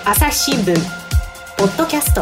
朝日新聞ポッドキャスト。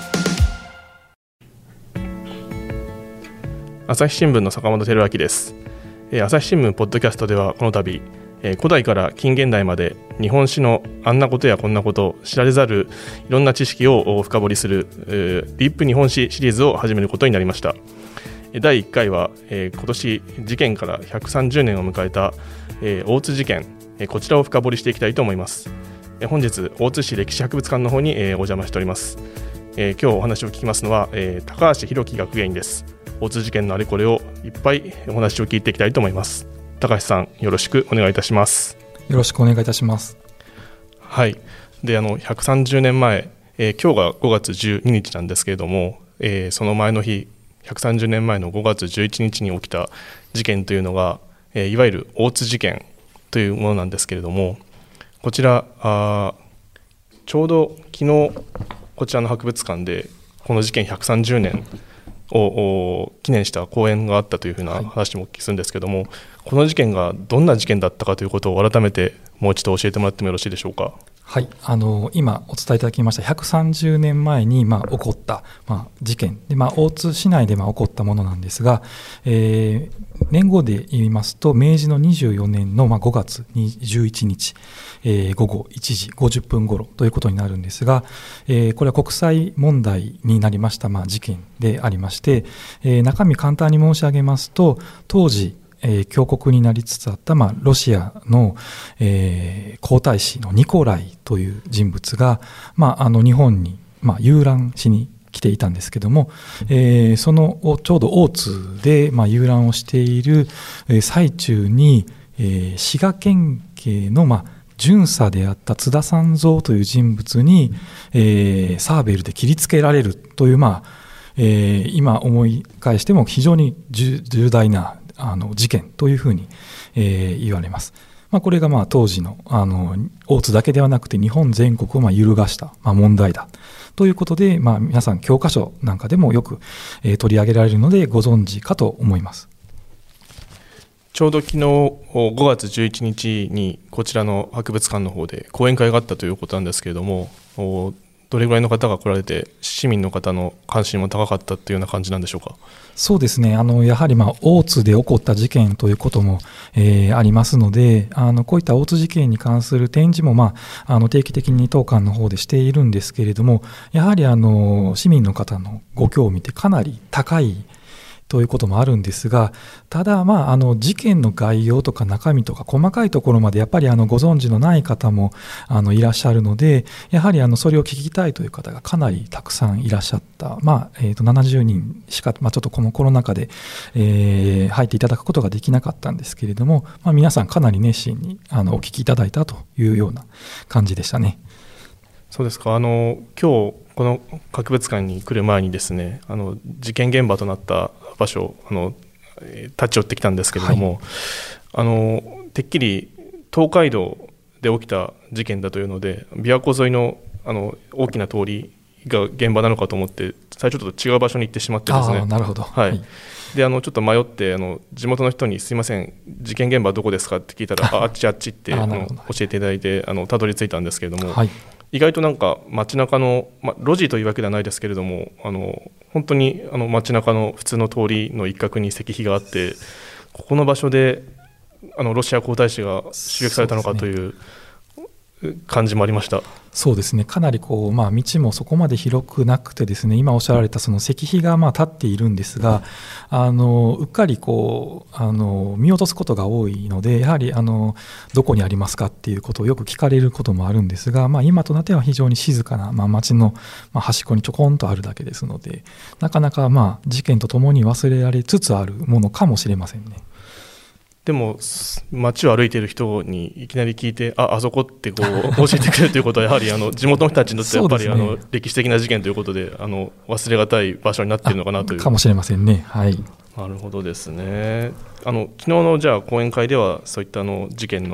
朝日新聞の坂本照明です。朝日新聞ポッドキャストではこの度、古代から近現代まで日本史のあんなことやこんなこと、知られざるいろんな知識を深掘りするディープ日本史シリーズを始めることになりました。第1回は今年事件から130年を迎えた大津事件、こちらを深掘りしていきたいと思います。本日大津市歴史博物館の方にお邪魔しております。今日お話を聞きますのは高橋弘樹学芸員です。大津事件のあれこれをいっぱいお話を聞いていきたいと思います。高橋さん、よろしくお願いいたします。 よろしくお願いいたします。 はい。で、130年前、今日が5月12日なんですけれども、その前の日、130年前の5月11日に起きた事件というのが、いわゆる大津事件というものなんですけれども、こちらちょうど昨日こちらの博物館でこの事件130年を記念した講演があったというふうな話もお聞きするんですけども、この事件がどんな事件だったかということを改めてもう一度教えてもらってもよろしいでしょうか。 はい、今お伝えいただきました130年前に起こった、事件で、大津市内で起こったものなんですが、年号で言いますと明治の24年の5月11日、午後1時50分頃ということになるんですが、これは国際問題になりました、事件でありまして、中身簡単に申し上げますと、当時強国になりつつあったロシアの皇太子のニコライという人物が日本に遊覧しに来ていたんですけども、そのちょうど大津で遊覧をしている最中に滋賀県警の巡査であった津田三蔵という人物にサーベルで切りつけられるという今思い返しても非常に重大な事件というふうに言われます。これが当時の大津だけではなくて日本全国を揺るがした問題だということで、皆さん教科書なんかでもよく取り上げられるのでご存知かと思います。 ちょうど昨日5月11日にこちらの博物館の方で講演会があったということなんですけれども、どれぐらいの方が来られて市民の方の関心も高かったというような感じなんでしょうか。そうですね、 やはり大津で起こった事件ということも、ありますので、こういった大津事件に関する展示も定期的に当館の方でしているんですけれども、やはり市民の方のご興味ってかなり高いということもあるんですが、ただ事件の概要とか中身とか細かいところまでやっぱりご存知のない方もいらっしゃるので、やはりそれを聞きたいという方がかなりたくさんいらっしゃった。70人しかちょっとこのコロナ禍で入っていただくことができなかったんですけれども、皆さんかなり熱心にお聞きいただいたというような感じでしたね。 そうですか。今日この博物館に来る前にですね、事件現場となった場所立ち寄ってきたんですけれども、てっきり東海道で起きた事件だというので、琵琶湖沿いの大きな通りが現場なのかと思って最初ちょっと違う場所に行ってしまってですね。 なるほど。 はい。でちょっと迷って地元の人にすいません、事件現場どこですかって聞いたらあっちって教えていただいてたどり着いたんですけれども、意外と街中の、路地というわけではないですけれども、本当に街中の普通の通りの一角に石碑があって、ここの場所でロシア皇太子が襲撃されたのかという感じもありました。 そうですね、かなり道もそこまで広くなくてですね、今おっしゃられたその石碑が立っているんですが、うっかり見落とすことが多いので、やはりどこにありますかっていうことをよく聞かれることもあるんですが、今となっては非常に静かな、街の端っこにちょこんとあるだけですので、なかなか事件とともに忘れられつつあるものかもしれませんね。 でも街を歩いている人にいきなり聞いてあそこって教えてくれるということはやはり地元の人たちにとってやっぱり歴史的な事件ということで忘れがたい場所になっているのかなというかもしれませんね。はい。 なるほどですね。昨日のじゃあ講演会ではそういった事件の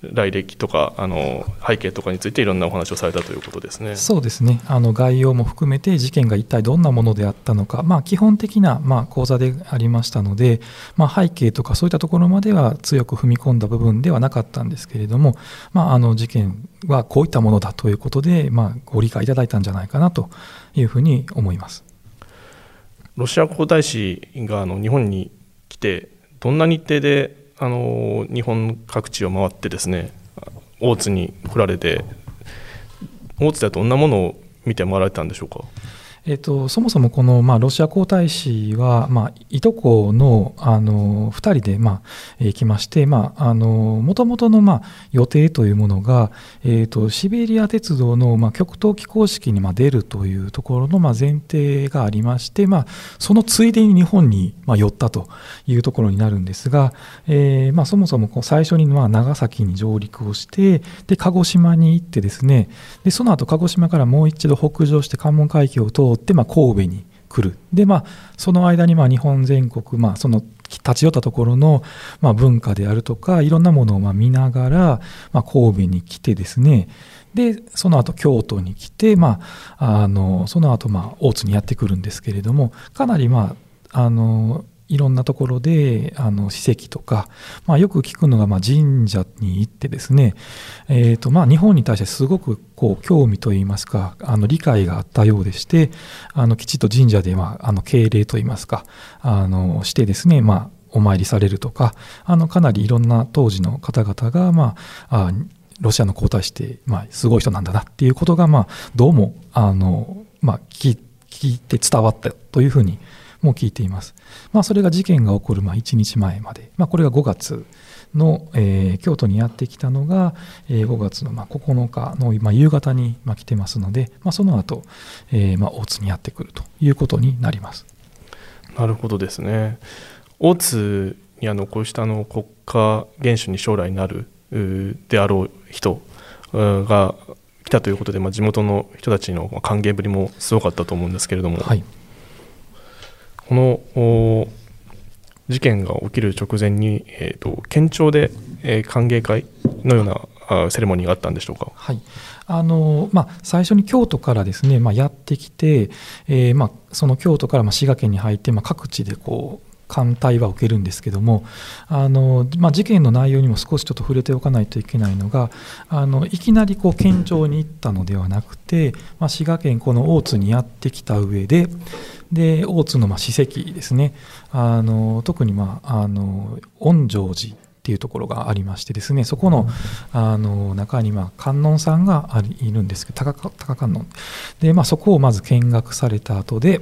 来歴とか背景とかについていろんなお話をされたということですね。 そうですね、概要も含めて事件が一体どんなものであったのか、基本的な講座でありましたので、背景とかそういったところまでは強く踏み込んだ部分ではなかったんですけれども、事件はこういったものだということで、ご理解いただいたんじゃないかなというふうに思います。 ロシア皇太子が日本に来て、どんな日程で日本各地を回ってですね、大津に来られて、大津ではどんなものを見て回られたんでしょうか。 そもそもこの、ロシア皇太子は、いとこの、2人で、行きまして、もともとの、予定というものが、シベリア鉄道の、極東起工式に、出るというところの、前提がありまして、そのついでに日本に、寄ったというところになるんですが、そもそも最初に、長崎に上陸をして、で鹿児島に行ってですね、でその後鹿児島からもう一度北上して関門海峡を通って、神戸に来る。で、その間に日本全国、その立ち寄ったところの文化であるとかいろんなものを見ながら神戸に来てですね、でその後京都に来て、その後大津にやってくるんですけれども、かなりいろんなところで史跡とか、よく聞くのが神社に行ってですね、日本に対してすごく興味といいますか理解があったようでして、きちっと神社で敬礼といいますかしてですね、お参りされるとかかなりいろんな当時の方々が、ロシアの皇太子ってすごい人なんだなっていうことがどうも聞いて伝わったというふうにも聞いています。それが事件が起こる1日前まで、これが5月の、京都にやってきたのが、5月の9日の夕方に来てますので、その後、大津にやってくるということになります。 なるほどですね。大津にこうした国家元首に将来なるであろう人が来たということで、地元の人たちの歓迎ぶりもすごかったと思うんですけれども、はい、この事件が起きる直前に、県庁で、歓迎会のようなセレモニーがあったんでしょうか。 はい、最初に京都からですね、やってきて、その京都から滋賀県に入って、各地で歓待は受けるんですけども、事件の内容にも少しちょっと触れておかないといけないのが、いきなり県庁に行ったのではなくて、滋賀県この大津にやってきた上で、大津の史跡ですね、特に恩城寺っていうところがありましてですね、そこの、中に観音さんがいるんですけど、高観音で、そこをまず見学された後で、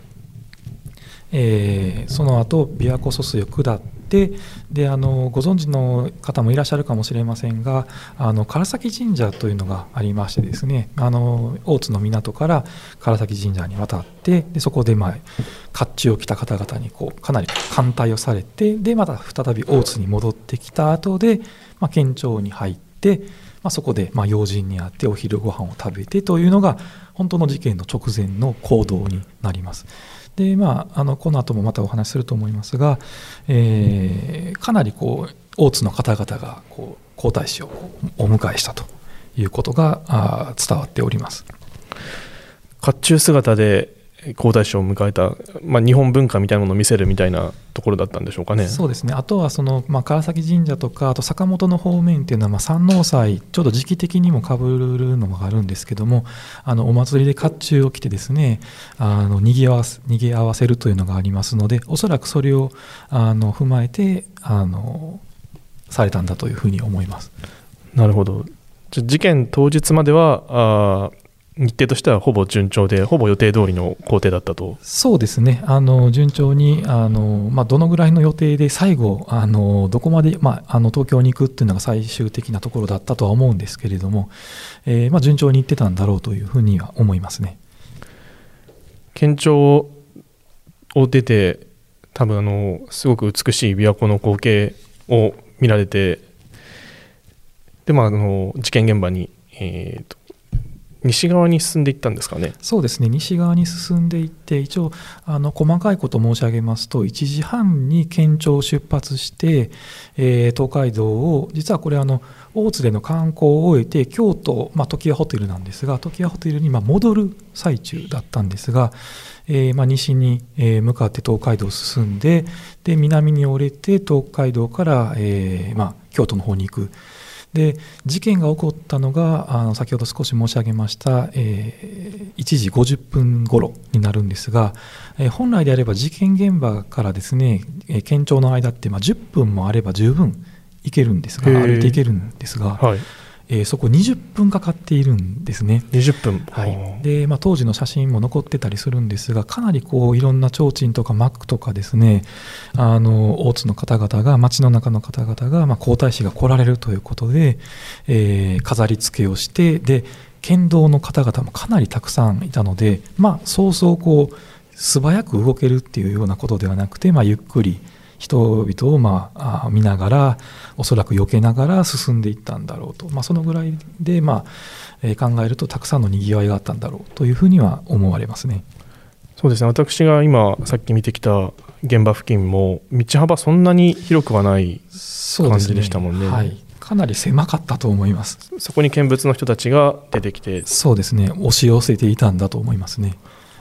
その後琵琶湖疎水を下って、でご存知の方もいらっしゃるかもしれませんが、唐崎神社というのがありましてですね、大津の港から唐崎神社に渡って、でそこで甲冑を着た方々にかなり歓待をされて、でまた再び大津に戻ってきた後で、県庁に入って、そこで要人に会ってお昼ご飯を食べてというのが本当の事件の直前の行動になります。でこの後もまたお話しすると思いますが、かなり大津の方々が皇太子をお迎えしたということが伝わっております。 甲冑姿で皇太子を迎えた、日本文化みたいなものを見せるみたいなところだったんでしょうかね。 そうですね。あとは唐崎神社とか、あと坂本の方面っていうのは山王祭ちょうど時期的にもかぶるのがあるんですけども、お祭りで甲冑を着てですね、にぎわせるというのがありますので、おそらくそれを踏まえてされたんだというふうに思います。 なるほど。事件当日までは日程としてはほぼ順調で、ほぼ予定通りの工程だったと。 そうですね、順調にどのぐらいの予定で最後どこまで、東京に行くっていうのが最終的なところだったとは思うんですけれども、順調に行ってたんだろうというふうには思いますね。 県庁を出て、多分すごく美しい琵琶湖の光景を見られて、で事件現場に西側に進んでいったんですかね。 そうですね、西側に進んでいって、一応細かいことを申し上げますと、1時半に県庁を出発して、東海道を、実はこれ大津での観光を終えて京都、常盤ホテルなんですが、常盤ホテルに戻る最中だったんですが、西に向かって東海道を進んで、南に折れて東海道から、京都の方に行く。で事件が起こったのが先ほど少し申し上げました、1時50分頃になるんですが、本来であれば事件現場からですね、県庁の間って10分もあれば十分行けるんですが、歩いて行けるんですが、 はいそこ20分かかっているんですね。 20分、 はいで当時の写真も残ってたりするんですが、かなりいろんな提灯とか幕とかですね、大津の方々が、町の中の方々が、皇太子が来られるということで、飾り付けをして、で県道の方々もかなりたくさんいたので、そうそう素早く動けるっていうようなことではなくて、ゆっくり人々を見ながら、おそらく避けながら進んでいったんだろうと、そのぐらいで考えるとたくさんのにぎわいがあったんだろうというふうには思われますね。 そうですね、私が今さっき見てきた現場付近も道幅そんなに広くはない感じでしたもんね。 はい、かなり狭かったと思います。 そこに見物の人たちが出てきて、 そうですね、押し寄せていたんだと思いますね。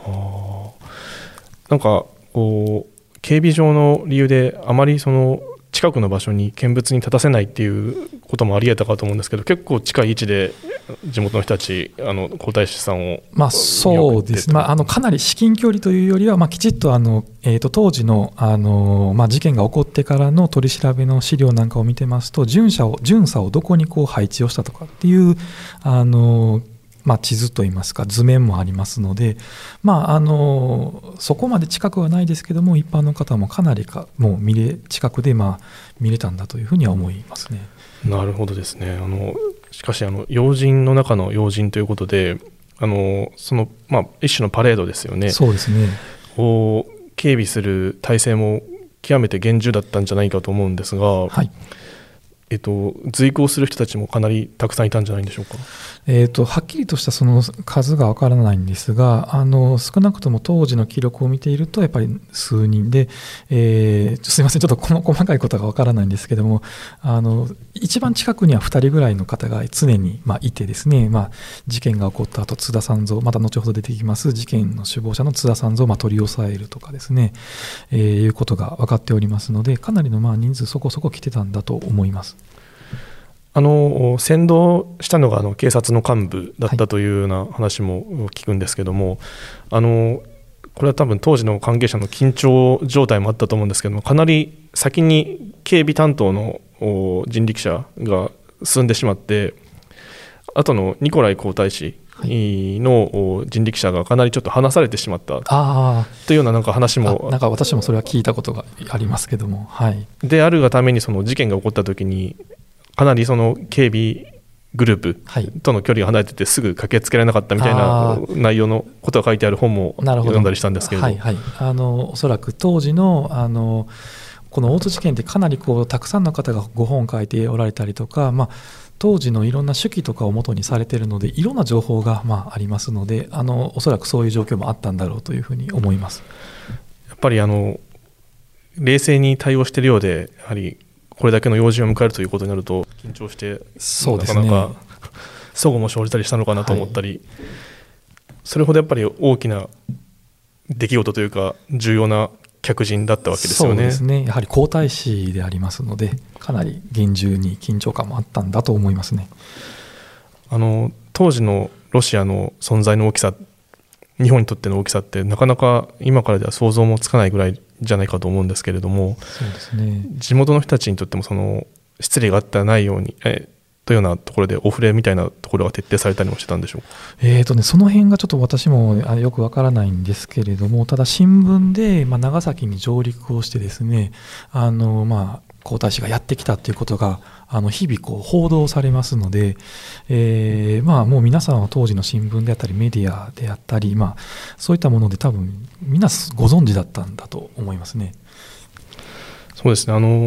なんか警備上の理由であまりその近くの場所に見物に立たせないっていうこともありえたかと思うんですけど、結構近い位置で地元の人たち皇太子さんをそうですね、かなり至近距離というよりは、きちっと当時の、事件が起こってからの取り調べの資料なんかを見てますと、巡査をどこに配置をしたとかっていう地図といいますか図面もありますので、そこまで近くはないですけども、一般の方もかなりもう近くで見れたんだというふうには思いますね。 なるほどですね。しかし要人の中の要人ということで、その一種のパレードですよね。 そうですね。 警備する体制も極めて厳重だったんじゃないかと思うんですが、はい、随行する人たちもかなりたくさんいたんじゃないんでしょうか。 はっきりとしたその数がわからないんですが、少なくとも当時の記録を見ているとやっぱり数人で、すいません、ちょっとこの細かいことがわからないんですけども、一番近くには2人ぐらいの方が常にいてですね、事件が起こった後津田三蔵、また後ほど出てきます事件の首謀者の津田三蔵を取り押さえるとかですね、いうことが分かっておりますので、かなりの人数そこそこ来てたんだと思います。 先導したのが警察の幹部だったというような話も聞くんですけども、これは多分当時の関係者の緊張状態もあったと思うんですけども、かなり先に警備担当の人力車が進んでしまって、あとのニコライ皇太子の人力車がかなりちょっと離されてしまったというようななんか話も、 なんか私もそれは聞いたことがありますけども、はい、 であるがためにその事件が起こった時にかなりその警備グループとの距離が離れててすぐ駆けつけられなかったみたいな内容のことが書いてある本も読んだりしたんですけれど、 おそらく当時のこの大津事件ってかなりたくさんの方がご本を書いておられたりとか、当時のいろんな手記とかを元にされているのでいろんな情報がありますので、おそらくそういう状況もあったんだろうというふうに思います。 やっぱり冷静に対応しているようで、やはりこれだけの要人を迎えるということになると緊張して、なかなか齟齬も生じたりしたのかなと思ったり、それほどやっぱり大きな出来事というか重要な客人だったわけですよね。 そうですね、やはり皇太子でありますので、かなり厳重に緊張感もあったんだと思いますね。 当時のロシアの存在の大きさ、日本にとっての大きさってなかなか今からでは想像もつかないぐらいじゃないかと思うんですけれども、 そうですね、 地元の人たちにとってもその失礼があったらないようにというようなところでお触れみたいなところが徹底されたりもしてたんでしょうか。 その辺がちょっと私もよくわからないんですけれども、ただ新聞で、長崎に上陸をしてですね、皇太子がやってきたということが日々報道されますので、もう皆さんは当時の新聞であったりメディアであったり、そういったもので多分みんなご存知だったんだと思いますね。 そうですね、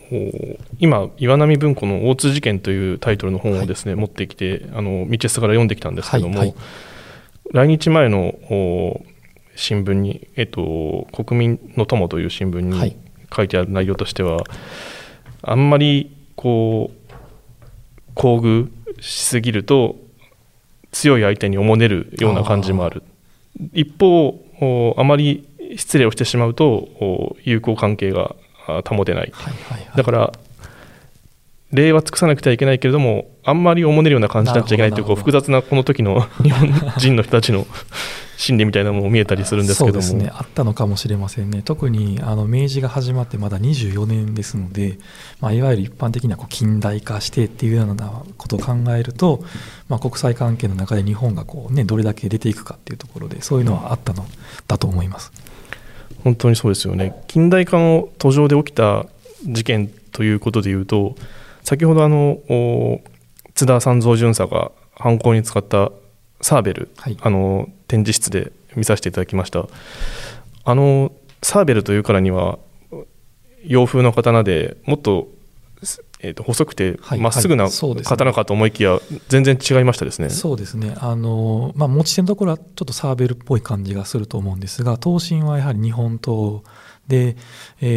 今岩波文庫の大津事件というタイトルの本をですね、持ってきて道安から読んできたんですけども、来日前の新聞に、国民の友という新聞に書いてある内容としては、あんまり厚遇しすぎると強い相手におもねるような感じもある。一方あまり失礼をしてしまうと友好関係が保てない、だから礼は尽くさなくてはいけないけれども、あんまりおもねるような感じになっちゃいけないという、複雑なこの時の日本人の人たちの心理みたいなものも見えたりするんですけども。 そうですね、あったのかもしれませんね。特に明治が始まってまだ24年ですので、いわゆる一般的な近代化してっていうようなことを考えると、国際関係の中で日本がどれだけ出ていくかっていうところで、そういうのはあったのだと思います。 本当にそうですよね。近代化の途上で起きた事件ということでいうと、先ほど津田三蔵巡査が犯行に使ったサーベル、展示室で見させていただきました。サーベルというからには洋風の刀でもっと、細くてまっすぐな刀かと思いきや、全然違いましたですね。 そうですね、持ち手のところはちょっとサーベルっぽい感じがすると思うんですが、刀身はやはり日本刀で、サ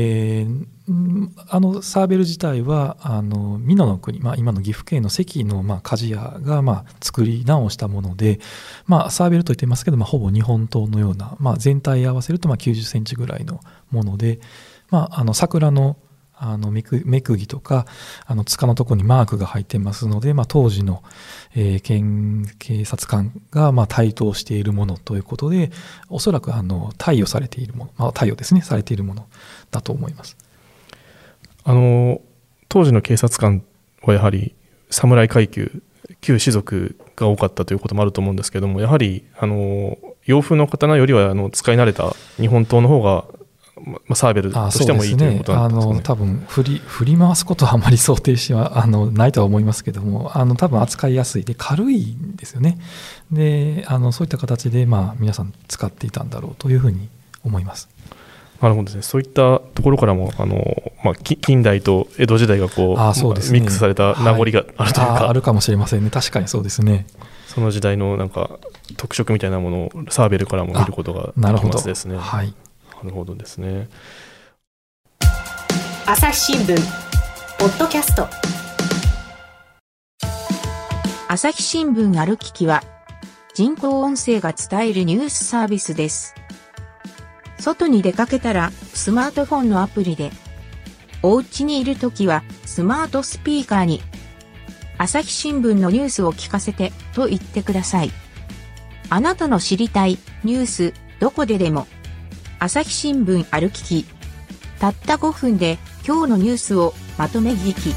ーベル自体は美濃の国、今の岐阜県の関の鍛冶屋が作り直したもので、サーベルと言ってますけど、ほぼ日本刀のような、全体合わせると90センチぐらいのもので、桜の目釘とか柄のところにマークが入ってますので、当時の、警察官が帯刀しているものということで、おそらく貸与されているもの、貸与ですね、されているものだと思います。 当時の警察官はやはり侍階級、旧士族が多かったということもあると思うんですけども、やはり洋風の刀よりは使い慣れた日本刀の方がサーベルとしてもいいということなんですかね。 多分振り回すことはあまり想定しはないとは思いますけども、多分扱いやすいで軽いんですよね。でそういった形で皆さん使っていたんだろうというふうに思います。 なるほどですね。そういったところからも近代と江戸時代がそうですね、 ミックスされた名残があるというか、 あるかもしれませんね。確かにそうですね。 その時代の特色みたいなものをサーベルからも見ることができますですね。なるほどですね。 朝日新聞ポッドキャスト。 朝日新聞ある聞きは人工音声が伝えるニュースサービスです。外に出かけたらスマートフォンのアプリで、お家にいるときはスマートスピーカーに朝日新聞のニュースを聞かせてと言ってください。あなたの知りたいニュースどこででも朝日新聞ある聞き。たった5分で今日のニュースをまとめ聞き。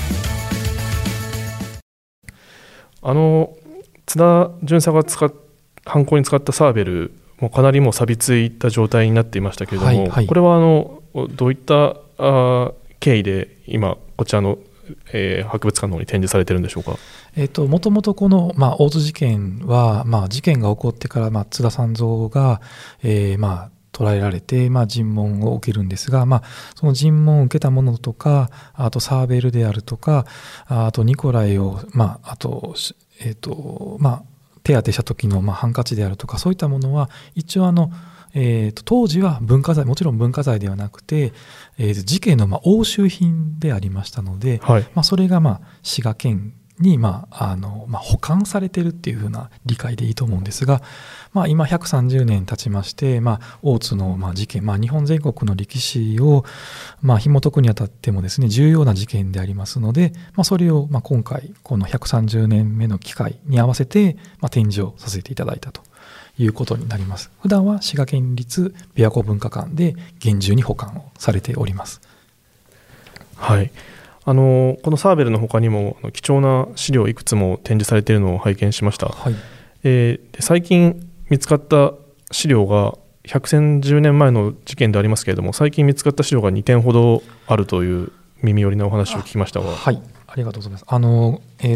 津田巡査が犯行に使ったサーベルもかなりもう錆びついた状態になっていましたけれども、これはどういった経緯で今こちらの博物館の方に展示されているんでしょうか。 もともとこの、大津事件は、事件が起こってから津田三蔵が、捕らえられて、尋問を受けるんですが、その尋問を受けたものとか、あとサーベルであるとか、あとニコライを、あと手当てした時のハンカチであるとか、そういったものは一応当時は文化財、もちろん文化財ではなくて、事件の押収品でありましたので、それが滋賀県に保管されているっていう風な理解でいいと思うんですが、今130年経ちまして、大津の事件、日本全国の歴史を紐解くにあたってもですね、重要な事件でありますので、それを今回この130年目の機会に合わせて展示をさせていただいたということになります。普段は滋賀県立琵琶湖文化館で厳重に保管をされております。 はい。このサーベルの他にも貴重な資料いくつも展示されているのを拝見しました。最近見つかった資料が110年前の事件でありますけれども、最近見つかった資料が2点ほどあるという耳寄りなお話を聞きましたが。 ありがとうございます。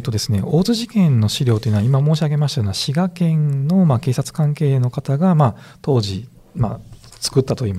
ですね、大津事件の資料というのは今申し上げましたような滋賀県の警察関係の方が当時作ったといいますか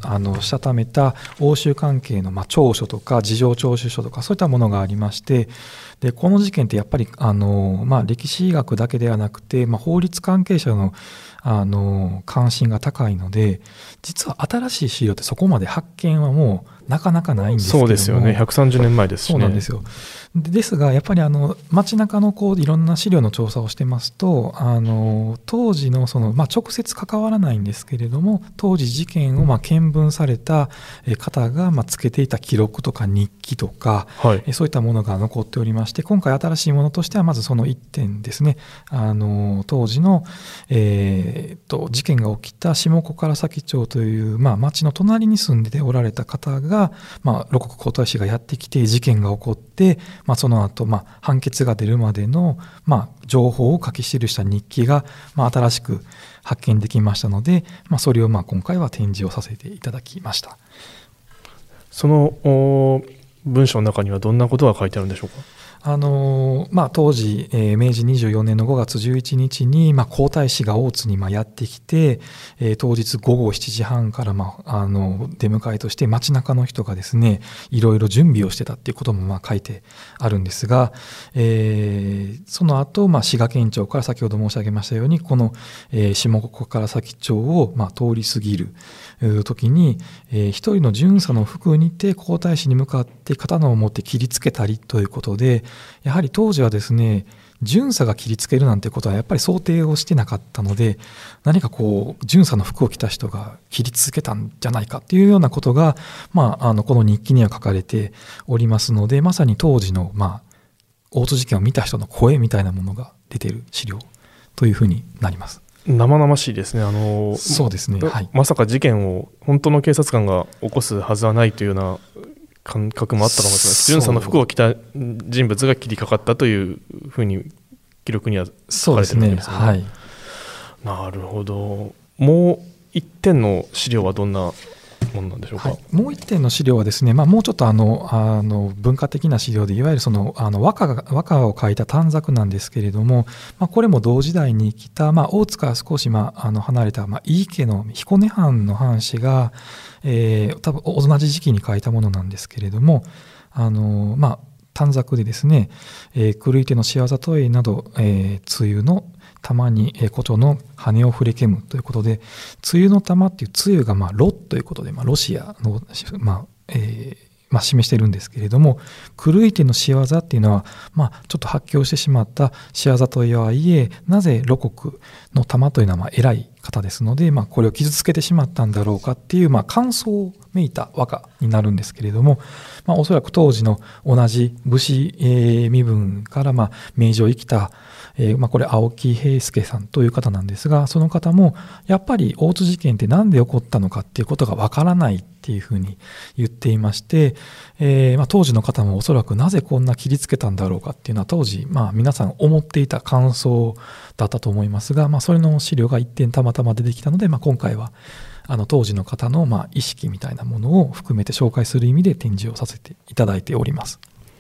したためた欧州関係の調書とか事情聴取書とかそういったものがありまして、でこの事件ってやっぱり歴史学だけではなくて、法律関係者の関心が高いので、実は新しい資料ってそこまで発見はもうなかなかないんですけども。 そうですよね、130年前ですしね。 そうなんですよ。ですがやっぱり街中のいろんな資料の調査をしてますと、当時の直接関わらないんですけれども、当時事件を見聞された方がつけていた記録とか日記とか、 はい、 そういったものが残っておりまして、今回新しいものとしてはまずその1点ですね。当時の、事件が起きた下小唐崎町という、町の隣に住んでおられた方が、露国皇太子がやってきて事件が起こって、その後、判決が出るまでの、情報を書き記した日記が、新しく発見できましたので、それを今回は展示をさせていただきました。 その文章の中にはどんなことが書いてあるんでしょうか。 当時、明治24年の5月11日に、皇太子が大津にやってきて、当日午後7時半から、出迎えとして街中の人がですね、いろいろ準備をしてたっていうことも書いてあるんですが、その後、滋賀県庁から先ほど申し上げましたように、この、下小唐崎町を、通り過ぎる時に、一人の巡査の服にて皇太子に向かって刀を持って切りつけたりということで、やはり当時はですね、巡査が切りつけるなんてことはやっぱり想定をしてなかったので、何か巡査の服を着た人が切りつけたんじゃないかっていうようなことが、この日記には書かれておりますので、まさに当時の、大津事件を見た人の声みたいなものが出ている資料というふうになります。 生々しいですね。 そうですね、はい、 まさか事件を本当の警察官が起こすはずはないというような感覚もあったかもしれないです。巡査の服を着た人物が切りかかったというふうに記録には書かれてるわけですね。 はい、 なるほど。もう一点の資料はどんなものなんでしょうか。 もう一点の資料はですね、もうちょっと文化的な資料で、いわゆる和歌を書いた短冊なんですけれども、これも同時代に来た、大津から少し離れた、井伊家の彦根藩の藩士が、多分同じ時期に書いたものなんですけれども、短冊でですね、狂い手の仕業問いなど、梅雨の玉に胡蝶の羽を振りけむということで、梅雨の玉っていう梅雨がロということで、ロシアの、示しているんですけれども、狂い手の仕業っていうのは、ちょっと発狂してしまった仕業とはいえ、なぜ露国の玉というのは偉い方ですので、これを傷つけてしまったんだろうかっていう、感想をめいた和歌になるんですけれども、おそらく当時の同じ武士、身分から明治を生きた、これ青木平介さんという方なんですが、その方もやっぱり大津事件って何で起こったのかっていうことがわからないっていうふうに言っていまして、当時の方もおそらくなぜこんな切りつけたんだろうかっていうのは当時、皆さん思っていた感想だったと思いますが、それの資料が一点たまたま出てきたので、今回は当時の方の意識みたいなものを含めて紹介する意味で展示をさせていただいております。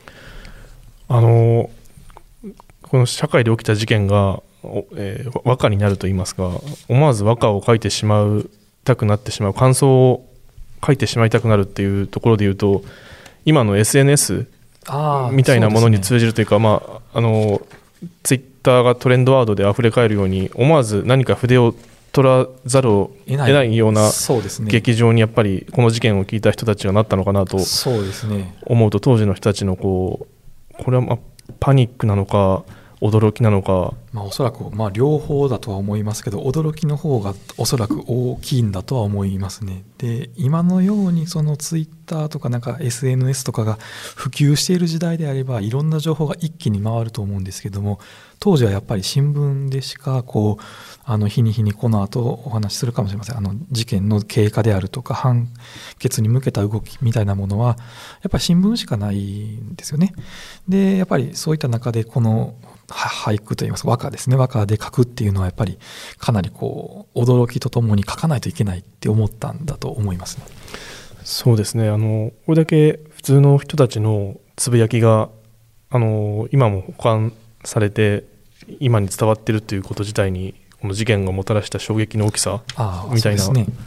この社会で起きた事件が、和歌になるといいますか、思わず和歌を書いてしまうたくなってしまう、感想を書いてしまいたくなるっていうところでいうと、今の SNS みたいなものに通じるというか、ツイッターがトレンドワードであふれかえるように、思わず何か筆を取らざるを得ないような劇場にやっぱりこの事件を聞いた人たちがなったのかなと思うと、当時の人たちのこれはパニックなのか驚きなのか、 おそらく両方だとは思いますけど、驚きの方がおそらく大きいんだとは思いますね。で、今のようにそのツイッターとかSNS とかが普及している時代であれば、いろんな情報が一気に回ると思うんですけども、当時はやっぱり新聞でしか日に日にこの後お話しするかもしれません、事件の経過であるとか判決に向けた動きみたいなものはやっぱり新聞しかないんですよね。で、やっぱりそういった中でこの俳句といいますか和歌ですね、和歌で書くっていうのはやっぱりかなり驚きとともに書かないといけないって思ったんだと思いますね。 そうですね。これだけ普通の人たちのつぶやきが今も保管されて今に伝わっているということ自体に、この事件がもたらした衝撃の大きさみたいな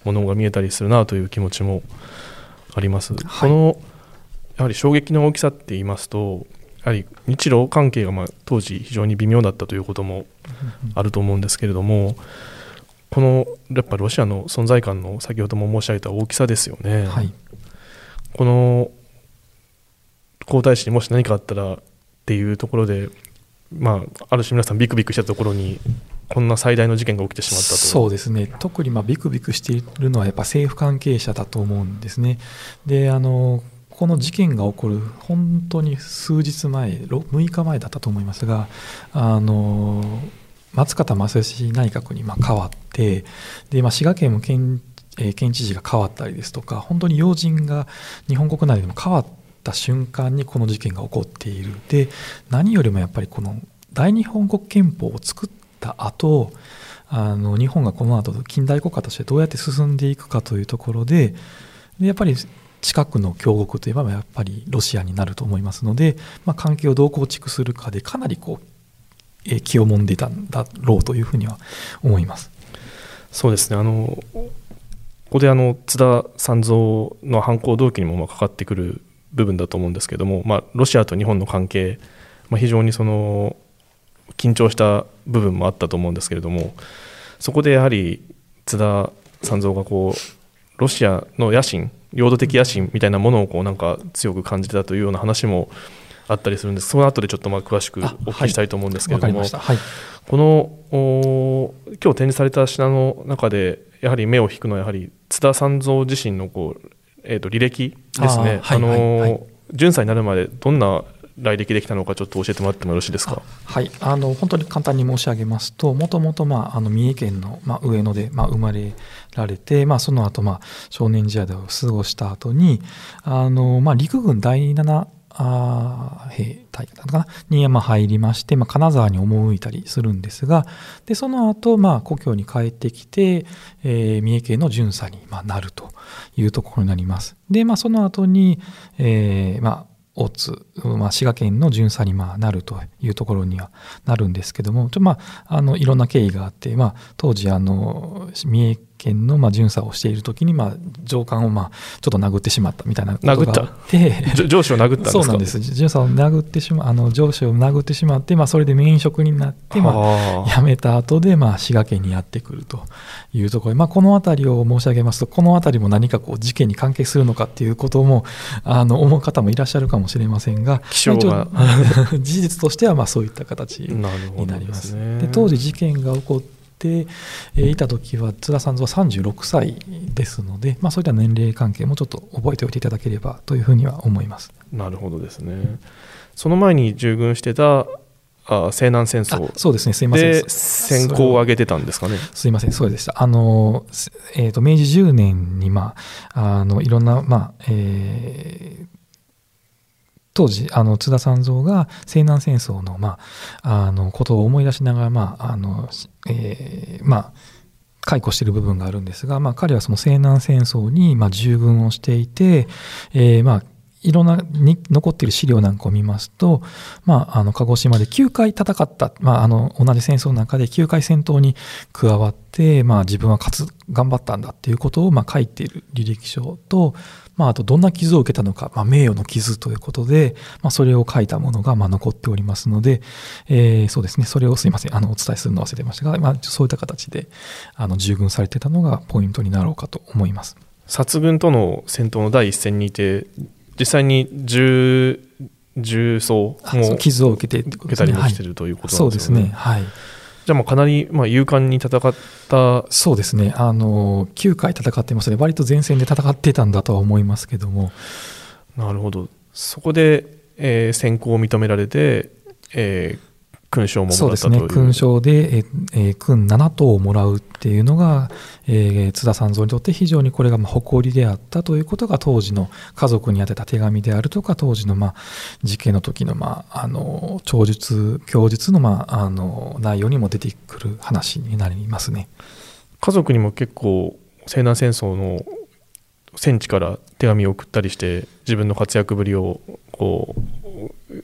ものが見えたりするなという気持ちもあります。このやはり衝撃の大きさって言いますと、やはり日露関係が当時非常に微妙だったということもあると思うんですけれども、このやっぱロシアの存在感の先ほども申し上げた大きさですよね。この皇太子にもし何かあったらっていうところで、ある種皆さんビクビクしたところにこんな最大の事件が起きてしまったと。 そうですね、特にビクビクしているのはやっぱ政府関係者だと思うんですね。でこの事件が起こる本当に数日前、6日前だったと思いますが、松方正義内閣に変わって、で、滋賀県も県知事が変わったりですとか、本当に要人が日本国内でも変わった瞬間にこの事件が起こっている。で、何よりもやっぱりこの大日本国憲法を作った後、日本がこの後近代国家としてどうやって進んでいくかというところで、やっぱり近くの強国といえばやっぱりロシアになると思いますので、関係をどう構築するかでかなり気をもんでいたんだろうというふうには思います。 そうですね、ここで津田三蔵の犯行動機にもかかってくる部分だと思うんですけれども、ロシアと日本の関係、非常に緊張した部分もあったと思うんですけれども、そこでやはり津田三蔵がロシアの野心、領土的野心みたいなものをなんか強く感じてたというような話もあったりするんです。その後でちょっと詳しくお聞きしたいと思うんですけれども、この今日展示された品の中でやはり目を引くのはやはり津田三蔵自身の履歴ですね。巡査になるまでどんな来歴できたのかちょっと教えてもらってもよろしいですか。 本当に簡単に申し上げますと、もともと三重県の上野で生まれられて、その後少年時代を過ごした後に陸軍第7兵隊に入りまして、金沢に赴いたりするんですが、でその後故郷に帰ってきて、三重県の巡査になるというところになります。で、その後に、大津、滋賀県の巡査になるというところにはなるんですけども、いろんな経緯があって、当時三重県の巡査をしている時に上官をちょっと殴ってしまったみたいなことがあって上司を殴ったんですか。 そうなんです。巡査を殴ってしま上司を殴ってしまって、それで免職になって辞めた後で滋賀県にやってくるというところで、この辺りを申し上げますと、この辺りも何か事件に関係するのかっていうことも思う方もいらっしゃるかもしれませんが、 事実としてはそういった形になります。で、当時事件が起こっていた時は津田さんは36歳ですので、そういった年齢関係もちょっと覚えておいていただければというふうには思います。 なるほどですね。その前に従軍してた西南戦争そうですね、すいません、 で戦功を挙げてたんですかね。 すいません、そうでした。明治10年にいろんな当時津田三蔵が西南戦争のことを思い出しながら回顧している部分があるんですが、彼はその西南戦争に従軍をしていて、いろんなに残っている資料なんかを見ますと、鹿児島で9回戦った、同じ戦争の中で9回戦闘に加わって、自分は頑張ったんだっていうことを書いている履歴書と、あとどんな傷を受けたのか、名誉の傷ということで、それを書いたものが残っておりますので、そうですね、それをすいませんお伝えするのを忘れてましたが、そういった形で従軍されていたのがポイントになろうかと思います。 薩軍との戦闘の第一線にいて、実際に重傷も傷を受けたりもしているということなんですよね。 そうですね、はい。 じゃあかなり勇敢に戦った。 そうですね、9回戦ってますので割と前線で戦ってたんだとは思いますけども。 なるほど。そこで、戦功を認められて、勲章ももらったという。 そうですね、勲章で、勲7等をもらうっていうのが、津田三蔵にとって非常にこれが誇りであったということが当時の家族に宛てた手紙であるとか、当時の事件の時の供述の内容にも出てくる話になりますね。 家族にも結構西南戦争の戦地から手紙を送ったりして自分の活躍ぶりを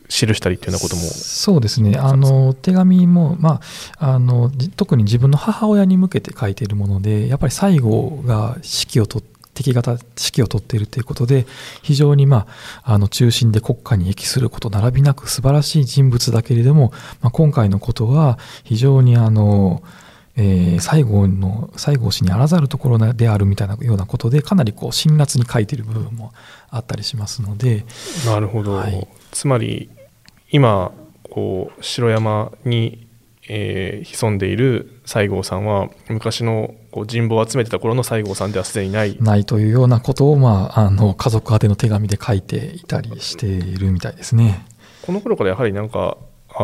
したりっていうようなことも。 そうですね、手紙も、特に自分の母親に向けて書いているもので、やっぱり西郷が敵方指揮を取っているということで、非常に、中心で国家に益すること並びなく素晴らしい人物だけれども、今回のことは非常に西郷氏にあらざるところであるみたいなようなことで、かなりこう辛辣に書いている部分もあったりしますので。 なるほど、はい、つまり今こう城山に、潜んでいる西郷さんは昔のこう人望を集めてた頃の西郷さんではすでにないというようなことを、家族宛ての手紙で書いていたりしているみたいですね。 この頃からやはりなんか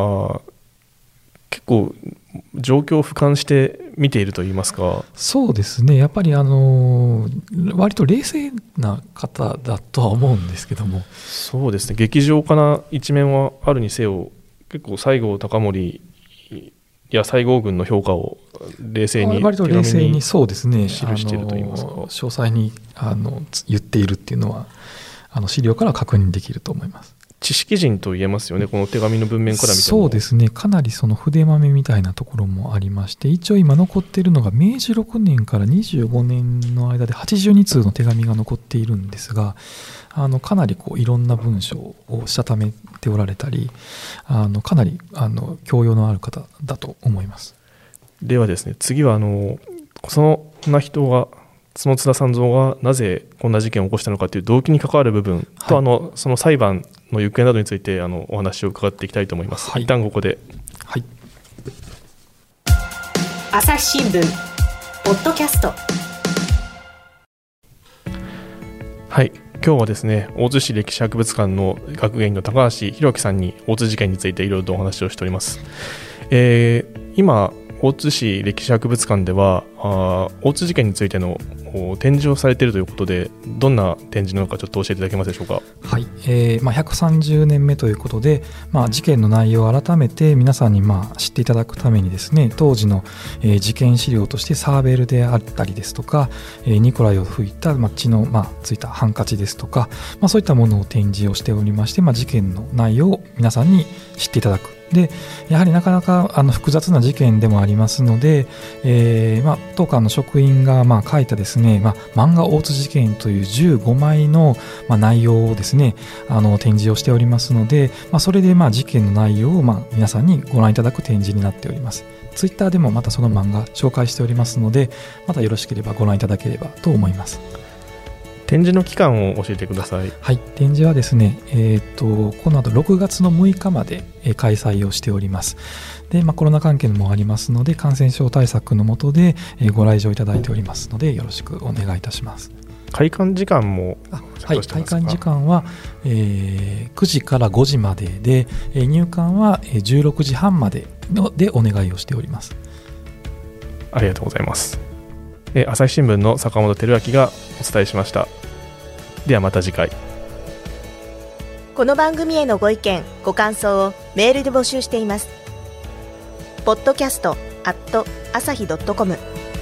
結構状況を俯瞰して見ているといいますか。 そうですね、やっぱり割と冷静な方だとは思うんですけども。 そうですね、劇場家な一面はあるにせよ、結構西郷隆盛や西郷軍の評価を冷静に割と冷静にそうですね、 記しているといいますか、 詳細に言っているっていうのは資料から確認できると思います。 知識人と言えますよね、この手紙の文面から見ても。 そうですね、かなりその筆まめみたいなところもありまして、一応今残っているのが明治6年から25年の間で82通の手紙が残っているんですが、かなりこういろんな文章をしたためておられたり、かなり教養のある方だと思います。 ではですね、次はそんな人がその津田三蔵がなぜこんな事件を起こしたのかという動機に関わる部分と、はい、その裁判の行方などについてお話を伺っていきたいと思います。はい、一旦ここで、 はい、 朝日新聞ポッドキャスト。 はい、今日はですね、大津市歴史博物館の学芸員の高橋弘樹さんに大津事件についていろいろとお話をしております。今大津市歴史博物館では大津事件についての展示をされているということで、どんな展示なのかちょっと教えていただけますでしょうか。 はい、130年目ということで、事件の内容を改めて皆さんに知っていただくためにですね、当時の事件資料としてサーベルであったりですとか、ニコライを吹いた血のついたハンカチですとか、そういったものを展示をしておりまして、事件の内容を皆さんに知っていただく。でやはりなかなか複雑な事件でもありますので、当館の職員が書いたですね、漫画大津事件という15枚の内容をですね展示をしておりますので、それで事件の内容を皆さんにご覧いただく展示になっております。ツイッターでもまたその漫画紹介しておりますので、またよろしければご覧いただければと思います。 展示の期間を教えてください。 はい、展示はですね、この後6月の6日まで開催をしております。で、コロナ関係もありますので、感染症対策の下でご来場いただいておりますので、よろしくお願いいたします。 開館時間もはい、開館時間は、9時から5時までで、入館は16時半まででお願いをしております。 ありがとうございます。朝日新聞の坂本照明がお伝えしました。ではまた次回。 この番組へのご意見ご感想をメールで募集しています。podcast@asahi.com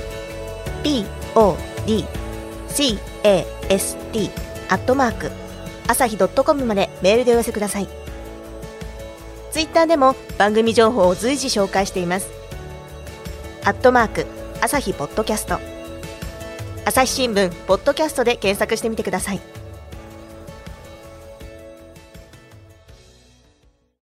podcast@asahi.com までメールでお寄せください。ツイッターでも番組情報を随時紹介しています。朝日ポッドキャスト、朝日新聞ポッドキャストで検索してみてください。